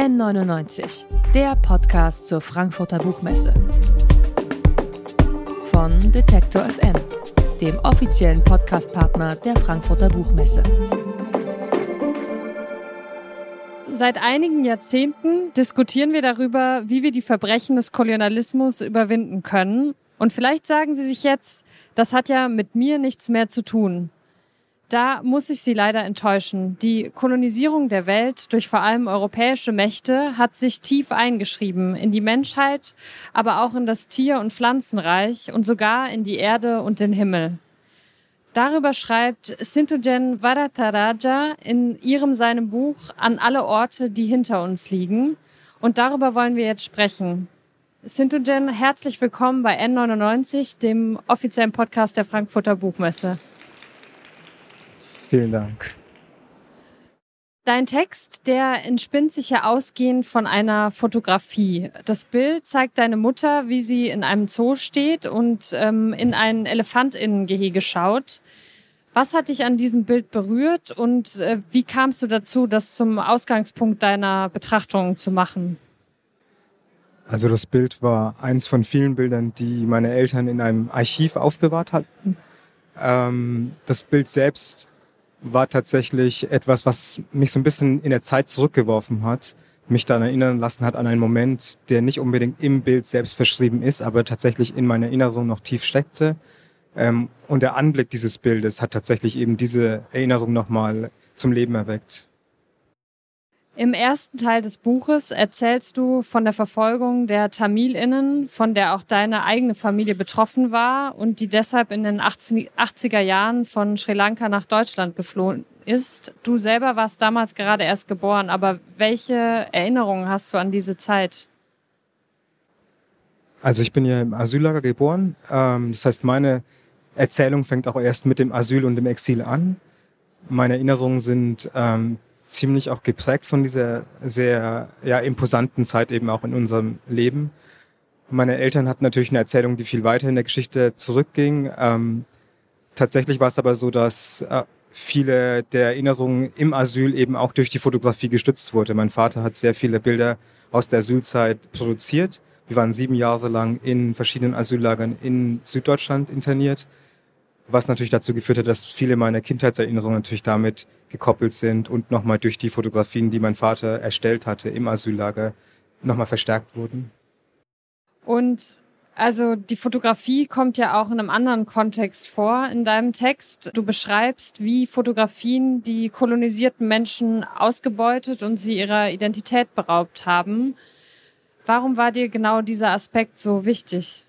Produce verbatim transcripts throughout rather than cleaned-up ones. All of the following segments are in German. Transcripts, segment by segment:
N neunundneunzig, der Podcast zur Frankfurter Buchmesse. Von Detektor F M, dem offiziellen Podcastpartner der Frankfurter Buchmesse. Seit einigen Jahrzehnten diskutieren wir darüber, wie wir die Verbrechen des Kolonialismus überwinden können. Und vielleicht sagen Sie sich jetzt, das hat ja mit mir nichts mehr zu tun. Da muss ich Sie leider enttäuschen. Die Kolonisierung der Welt durch vor allem europäische Mächte hat sich tief eingeschrieben in die Menschheit, aber auch in das Tier- und Pflanzenreich und sogar in die Erde und den Himmel. Darüber schreibt Sinthujen Varadaraja in ihrem seinem Buch An alle Orte, die hinter uns liegen. Und darüber wollen wir jetzt sprechen. Sinthujen, herzlich willkommen bei N neunundneunzig, dem offiziellen Podcast der Frankfurter Buchmesse. Vielen Dank. Dein Text, der entspinnt sich ja ausgehend von einer Fotografie. Das Bild zeigt deine Mutter, wie sie in einem Zoo steht und ähm, in ein Elefantinnengehege schaut. Was hat dich an diesem Bild berührt und äh, wie kamst du dazu, das zum Ausgangspunkt deiner Betrachtungen zu machen? Also das Bild war eins von vielen Bildern, die meine Eltern in einem Archiv aufbewahrt hatten. Ähm, das Bild selbst war tatsächlich etwas, was mich so ein bisschen in der Zeit zurückgeworfen hat, mich daran erinnern lassen hat an einen Moment, der nicht unbedingt im Bild selbst verschrieben ist, aber tatsächlich in meiner Erinnerung noch tief steckte. Ähm, und der Anblick dieses Bildes hat tatsächlich eben diese Erinnerung nochmal zum Leben erweckt. Im ersten Teil des Buches erzählst du von der Verfolgung der TamilInnen, von der auch deine eigene Familie betroffen war und die deshalb in den achtziger Jahren von Sri Lanka nach Deutschland geflohen ist. Du selber warst damals gerade erst geboren, aber welche Erinnerungen hast du an diese Zeit? Also ich bin ja im Asyllager geboren. Das heißt, meine Erzählung fängt auch erst mit dem Asyl und dem Exil an. Meine Erinnerungen sind ähm, ziemlich auch geprägt von dieser sehr ja, imposanten Zeit eben auch in unserem Leben. Meine Eltern hatten natürlich eine Erzählung, die viel weiter in der Geschichte zurückging. Ähm, tatsächlich war es aber so, dass äh, viele der Erinnerungen im Asyl eben auch durch die Fotografie gestützt wurde. Mein Vater hat sehr viele Bilder aus der Asylzeit produziert. Wir waren sieben Jahre lang in verschiedenen Asyllagern in Süddeutschland interniert, was natürlich dazu geführt hat, dass viele meiner Kindheitserinnerungen natürlich damit gekoppelt sind und nochmal durch die Fotografien, die mein Vater erstellt hatte im Asyllager, nochmal verstärkt wurden. Und also die Fotografie kommt ja auch in einem anderen Kontext vor in deinem Text. Du beschreibst, wie Fotografien die kolonisierten Menschen ausgebeutet und sie ihrer Identität beraubt haben. Warum war dir genau dieser Aspekt so wichtig?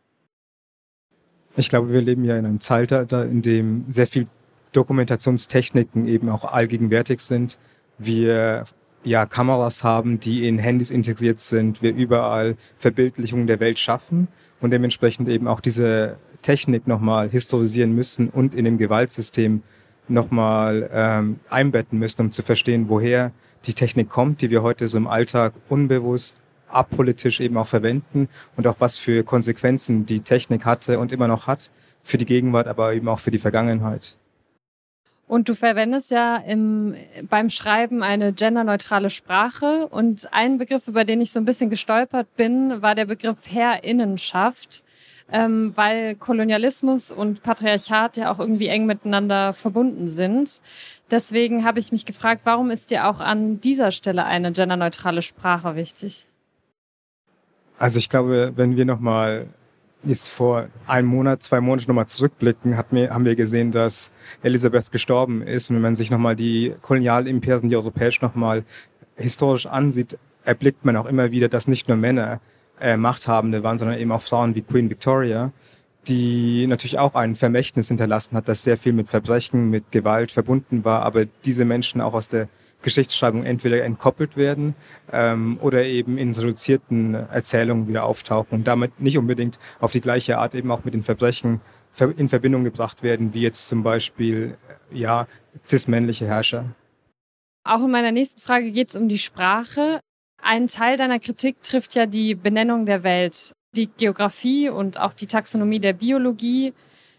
Ich glaube, wir leben ja in einem Zeitalter, in dem sehr viel Dokumentationstechniken eben auch allgegenwärtig sind. Wir ja Kameras haben, die in Handys integriert sind. Wir überall Verbildlichungen der Welt schaffen und dementsprechend eben auch diese Technik nochmal historisieren müssen und in dem Gewaltsystem nochmal ähm, einbetten müssen, um zu verstehen, woher die Technik kommt, die wir heute so im Alltag unbewusst apolitisch eben auch verwenden und auch was für Konsequenzen die Technik hatte und immer noch hat für die Gegenwart, aber eben auch für die Vergangenheit. Und du verwendest ja im, beim Schreiben eine genderneutrale Sprache und ein Begriff, über den ich so ein bisschen gestolpert bin, war der Begriff Herrinnenschaft, ähm, weil Kolonialismus und Patriarchat ja auch irgendwie eng miteinander verbunden sind. Deswegen habe ich mich gefragt, warum ist dir auch an dieser Stelle eine genderneutrale Sprache wichtig? Also ich glaube, wenn wir nochmal jetzt vor einem Monat, zwei Monaten nochmal zurückblicken, hat mir, haben wir gesehen, dass Elisabeth gestorben ist. Und wenn man sich nochmal die Kolonialimperien, die europäisch nochmal historisch ansieht, erblickt man auch immer wieder, dass nicht nur Männer äh, Machthabende waren, sondern eben auch Frauen wie Queen Victoria, die natürlich auch ein Vermächtnis hinterlassen hat, das sehr viel mit Verbrechen, mit Gewalt verbunden war, aber diese Menschen auch aus der Geschichtsschreibung entweder entkoppelt werden ähm, oder eben in reduzierten Erzählungen wieder auftauchen und damit nicht unbedingt auf die gleiche Art eben auch mit den Verbrechen in Verbindung gebracht werden, wie jetzt zum Beispiel ja cis-männliche Herrscher. Auch in meiner nächsten Frage geht es um die Sprache. Ein Teil deiner Kritik trifft ja die Benennung der Welt. Die Geografie und auch die Taxonomie der Biologie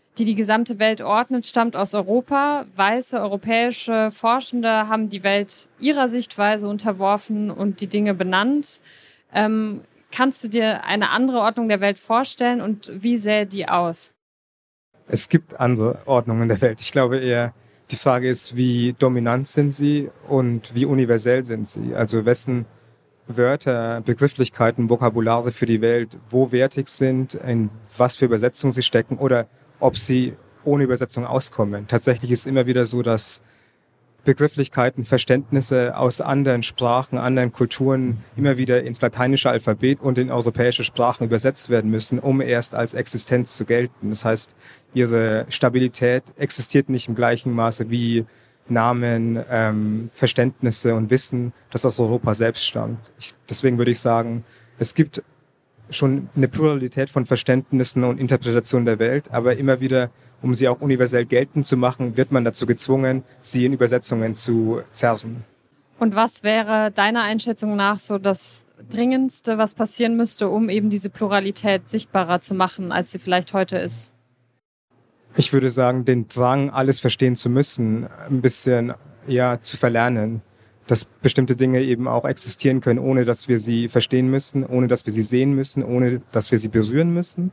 die die gesamte Welt ordnet, stammt aus Europa. Weiße europäische Forschende haben die Welt ihrer Sichtweise unterworfen und die Dinge benannt. Ähm, kannst du dir eine andere Ordnung der Welt vorstellen und wie sähe die aus? Es gibt andere Ordnungen der Welt. Ich glaube eher, die Frage ist, wie dominant sind sie und wie universell sind sie? Also wessen Wörter, Begrifflichkeiten, Vokabulare für die Welt wo wertig sind, in was für Übersetzungen sie stecken oder ob sie ohne Übersetzung auskommen. Tatsächlich ist es immer wieder so, dass Begrifflichkeiten, Verständnisse aus anderen Sprachen, anderen Kulturen immer wieder ins lateinische Alphabet und in europäische Sprachen übersetzt werden müssen, um erst als Existenz zu gelten. Das heißt, ihre Stabilität existiert nicht im gleichen Maße wie Namen, ähm, Verständnisse und Wissen, das aus Europa selbst stammt. Ich, deswegen würde ich sagen, es gibt schon eine Pluralität von Verständnissen und Interpretationen der Welt, aber immer wieder, um sie auch universell geltend zu machen, wird man dazu gezwungen, sie in Übersetzungen zu zerren. Und was wäre deiner Einschätzung nach so das Dringendste, was passieren müsste, um eben diese Pluralität sichtbarer zu machen, als sie vielleicht heute ist? Ich würde sagen, den Drang, alles verstehen zu müssen, ein bisschen ja, zu verlernen. Dass bestimmte Dinge eben auch existieren können, ohne dass wir sie verstehen müssen, ohne dass wir sie sehen müssen, ohne dass wir sie berühren müssen.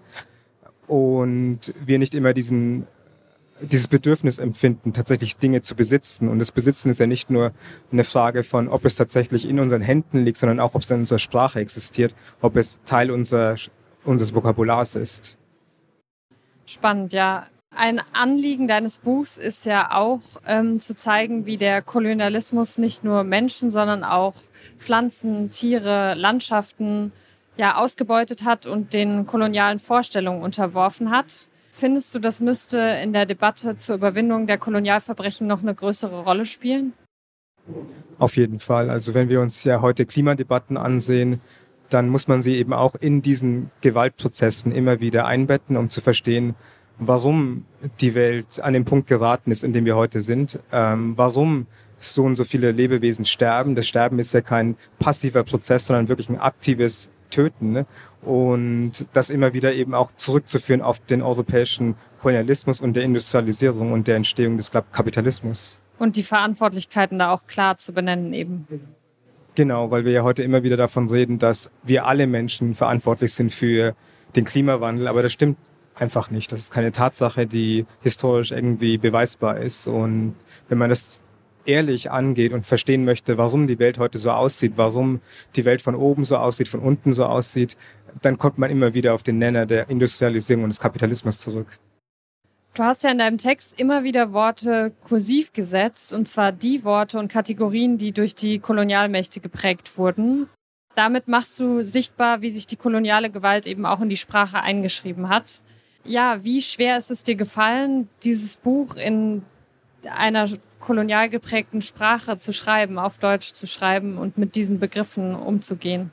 Und wir nicht immer diesen, dieses Bedürfnis empfinden, tatsächlich Dinge zu besitzen. Und das Besitzen ist ja nicht nur eine Frage von, ob es tatsächlich in unseren Händen liegt, sondern auch, ob es in unserer Sprache existiert, ob es Teil unserer, unseres Vokabulars ist. Spannend, ja. Ein Anliegen deines Buchs ist ja auch ähm, zu zeigen, wie der Kolonialismus nicht nur Menschen, sondern auch Pflanzen, Tiere, Landschaften ja ausgebeutet hat und den kolonialen Vorstellungen unterworfen hat. Findest du, das müsste in der Debatte zur Überwindung der Kolonialverbrechen noch eine größere Rolle spielen? Auf jeden Fall. Also wenn wir uns ja heute Klimadebatten ansehen, dann muss man sie eben auch in diesen Gewaltprozessen immer wieder einbetten, um zu verstehen, warum die Welt an den Punkt geraten ist, in dem wir heute sind, ähm, warum so und so viele Lebewesen sterben. Das Sterben ist ja kein passiver Prozess, sondern wirklich ein aktives Töten. Ne? Und das immer wieder eben auch zurückzuführen auf den europäischen Kolonialismus und der Industrialisierung und der Entstehung des Kapitalismus. Und die Verantwortlichkeiten da auch klar zu benennen eben. Genau, weil wir ja heute immer wieder davon reden, dass wir alle Menschen verantwortlich sind für den Klimawandel, aber das stimmt einfach nicht. Das ist keine Tatsache, die historisch irgendwie beweisbar ist. Und wenn man das ehrlich angeht und verstehen möchte, warum die Welt heute so aussieht, warum die Welt von oben so aussieht, von unten so aussieht, dann kommt man immer wieder auf den Nenner der Industrialisierung und des Kapitalismus zurück. Du hast ja in deinem Text immer wieder Worte kursiv gesetzt, und zwar die Worte und Kategorien, die durch die Kolonialmächte geprägt wurden. Damit machst du sichtbar, wie sich die koloniale Gewalt eben auch in die Sprache eingeschrieben hat. Ja, wie schwer ist es dir gefallen, dieses Buch in einer kolonial geprägten Sprache zu schreiben, auf Deutsch zu schreiben und mit diesen Begriffen umzugehen?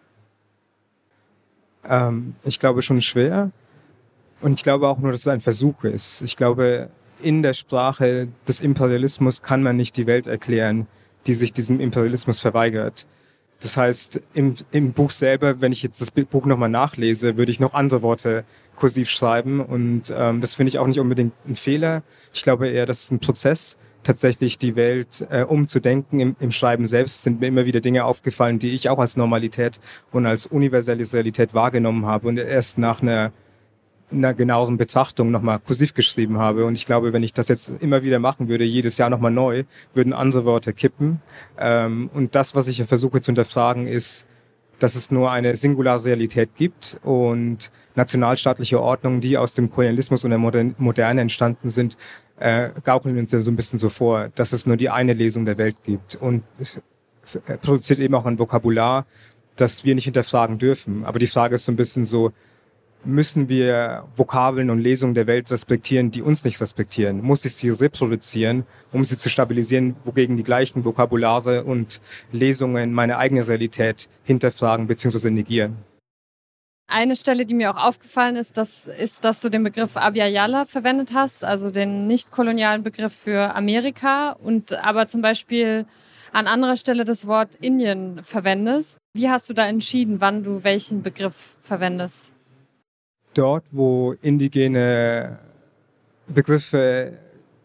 Ähm, ich glaube schon schwer. Und ich glaube auch nur, dass es ein Versuch ist. Ich glaube, in der Sprache des Imperialismus kann man nicht die Welt erklären, die sich diesem Imperialismus verweigert. Das heißt, im, im Buch selber, wenn ich jetzt das Buch nochmal nachlese, würde ich noch andere Worte kursiv schreiben. Und ähm, das finde ich auch nicht unbedingt ein Fehler. Ich glaube eher, das ist ein Prozess, tatsächlich die Welt äh, umzudenken. Im, Im Schreiben selbst sind mir immer wieder Dinge aufgefallen, die ich auch als Normalität und als universelle Realität wahrgenommen habe. Und erst nach einer einer genaueren Betrachtung nochmal kursiv geschrieben habe. Und ich glaube, wenn ich das jetzt immer wieder machen würde, jedes Jahr nochmal neu, würden andere Worte kippen. Ähm, und das, was ich versuche zu hinterfragen, ist, dass es nur eine singulare Realität gibt und nationalstaatliche Ordnungen, die aus dem Kolonialismus und der Moderne entstanden sind, äh, gaukeln uns ja so ein bisschen so vor, dass es nur die eine Lesung der Welt gibt. Und es produziert eben auch ein Vokabular, das wir nicht hinterfragen dürfen. Aber die Frage ist so ein bisschen so, müssen wir Vokabeln und Lesungen der Welt respektieren, die uns nicht respektieren? Muss ich sie reproduzieren, um sie zu stabilisieren, wogegen die gleichen Vokabulare und Lesungen meine eigene Realität hinterfragen bzw. negieren? Eine Stelle, die mir auch aufgefallen ist, das ist, dass du den Begriff Abya-Yala verwendet hast, also den nicht-kolonialen Begriff für Amerika, und aber zum Beispiel an anderer Stelle das Wort Indien verwendest. Wie hast du da entschieden, wann du welchen Begriff verwendest? Dort, wo indigene Begriffe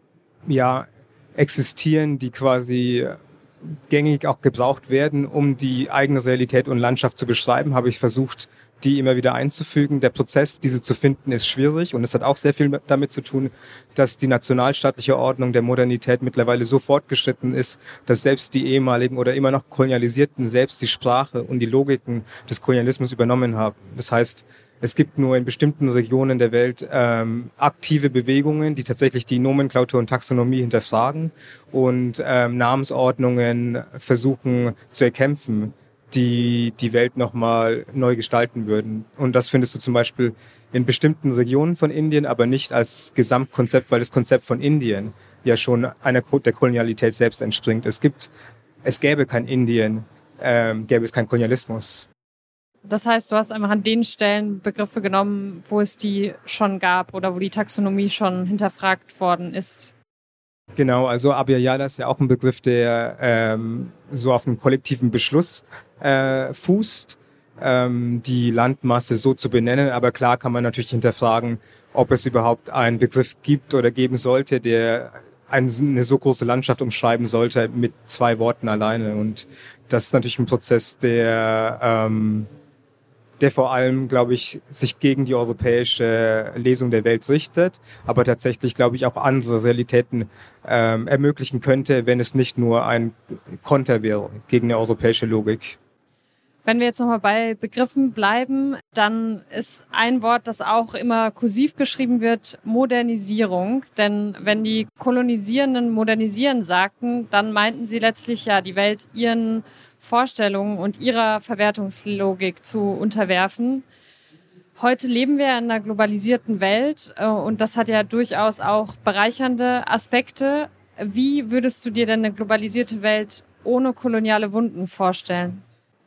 ja, existieren, die quasi gängig auch gebraucht werden, um die eigene Realität und Landschaft zu beschreiben, habe ich versucht, die immer wieder einzufügen. Der Prozess, diese zu finden, ist schwierig und es hat auch sehr viel damit zu tun, dass die nationalstaatliche Ordnung der Modernität mittlerweile so fortgeschritten ist, dass selbst die ehemaligen oder immer noch Kolonialisierten selbst die Sprache und die Logiken des Kolonialismus übernommen haben. Das heißt, es gibt nur in bestimmten Regionen der Welt ähm, aktive Bewegungen, die tatsächlich die Nomenklatur und Taxonomie hinterfragen und ähm, Namensordnungen versuchen zu erkämpfen, die die Welt nochmal neu gestalten würden. Und das findest du zum Beispiel in bestimmten Regionen von Indien, aber nicht als Gesamtkonzept, weil das Konzept von Indien ja schon einer der Kolonialität selbst entspringt. Es gibt, es gäbe kein Indien, ähm, gäbe es keinen Kolonialismus. Das heißt, du hast einfach an den Stellen Begriffe genommen, wo es die schon gab oder wo die Taxonomie schon hinterfragt worden ist. Genau, also Abhyayala ist ja auch ein Begriff, der ähm, so auf einem kollektiven Beschluss äh, fußt, ähm, die Landmasse so zu benennen. Aber klar kann man natürlich hinterfragen, ob es überhaupt einen Begriff gibt oder geben sollte, der eine so große Landschaft umschreiben sollte mit zwei Worten alleine. Und das ist natürlich ein Prozess, der... Ähm, der vor allem, glaube ich, sich gegen die europäische Lesung der Welt richtet, aber tatsächlich, glaube ich, auch andere Realitäten ähm, ermöglichen könnte, wenn es nicht nur ein Konter wäre gegen eine europäische Logik. Wenn wir jetzt nochmal bei Begriffen bleiben, dann ist ein Wort, das auch immer kursiv geschrieben wird, Modernisierung. Denn wenn die Kolonisierenden modernisieren sagten, dann meinten sie letztlich ja die Welt ihren Vorstellungen und ihrer Verwertungslogik zu unterwerfen. Heute leben wir in einer globalisierten Welt und das hat ja durchaus auch bereichernde Aspekte. Wie würdest du dir denn eine globalisierte Welt ohne koloniale Wunden vorstellen?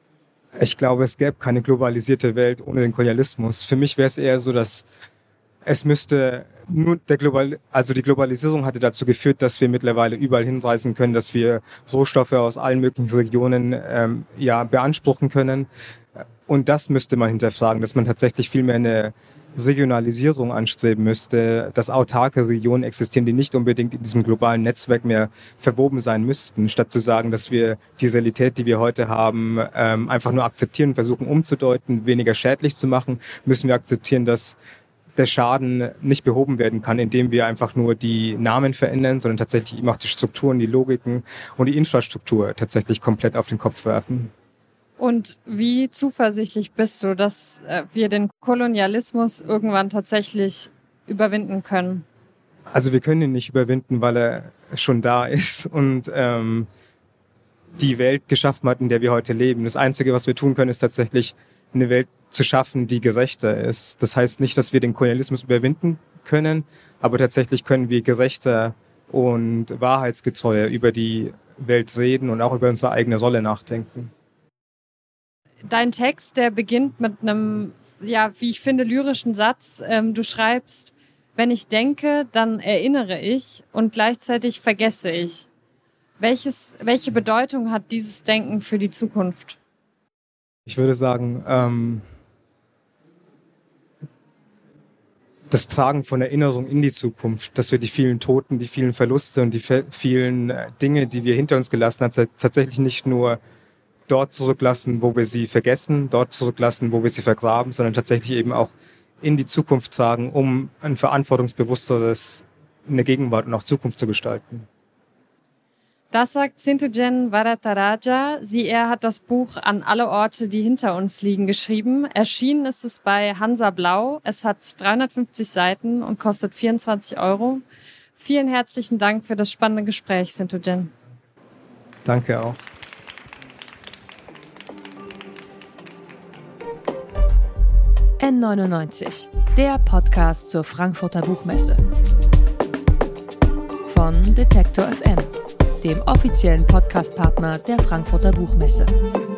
Ich glaube, es gäbe keine globalisierte Welt ohne den Kolonialismus. Für mich wäre es eher so, dass es müsste nur der Global, also die Globalisierung hatte dazu geführt, dass wir mittlerweile überall hinreisen können, dass wir Rohstoffe aus allen möglichen Regionen ähm, ja beanspruchen können. Und das müsste man hinterfragen, dass man tatsächlich viel mehr eine Regionalisierung anstreben müsste, dass autarke Regionen existieren, die nicht unbedingt in diesem globalen Netzwerk mehr verwoben sein müssten, statt zu sagen, dass wir die Realität, die wir heute haben, ähm, einfach nur akzeptieren, versuchen umzudeuten, weniger schädlich zu machen, müssen wir akzeptieren, dass der Schaden nicht behoben werden kann, indem wir einfach nur die Namen verändern, sondern tatsächlich eben auch die Strukturen, die Logiken und die Infrastruktur tatsächlich komplett auf den Kopf werfen. Und wie zuversichtlich bist du, dass wir den Kolonialismus irgendwann tatsächlich überwinden können? Also wir können ihn nicht überwinden, weil er schon da ist und ähm, die Welt geschaffen hat, in der wir heute leben. Das Einzige, was wir tun können, ist tatsächlich eine Welt zu schaffen, die gerechter ist. Das heißt nicht, dass wir den Kolonialismus überwinden können, aber tatsächlich können wir gerechter und wahrheitsgetreuer über die Welt reden und auch über unsere eigene Rolle nachdenken. Dein Text, der beginnt mit einem, ja, wie ich finde, lyrischen Satz. Ähm, du schreibst, wenn ich denke, dann erinnere ich und gleichzeitig vergesse ich. Welches, welche Bedeutung hat dieses Denken für die Zukunft? Ich würde sagen, ähm, das Tragen von Erinnerung in die Zukunft, dass wir die vielen Toten, die vielen Verluste und die fe- vielen Dinge, die wir hinter uns gelassen haben, tatsächlich nicht nur dort zurücklassen, wo wir sie vergessen, dort zurücklassen, wo wir sie vergraben, sondern tatsächlich eben auch in die Zukunft tragen, um ein verantwortungsbewussteres, eine Gegenwart und auch Zukunft zu gestalten. Das sagt Sinthujen Varadaraja. Sie, er hat das Buch An alle Orte, die hinter uns liegen, geschrieben. Erschienen ist es bei Hansa Blau. Es hat dreihundertfünfzig Seiten und kostet vierundzwanzig Euro. Vielen herzlichen Dank für das spannende Gespräch, Sinthujen. Danke auch. N neunundneunzig, der Podcast zur Frankfurter Buchmesse. Von Detektor F M, dem offiziellen Podcastpartner der Frankfurter Buchmesse.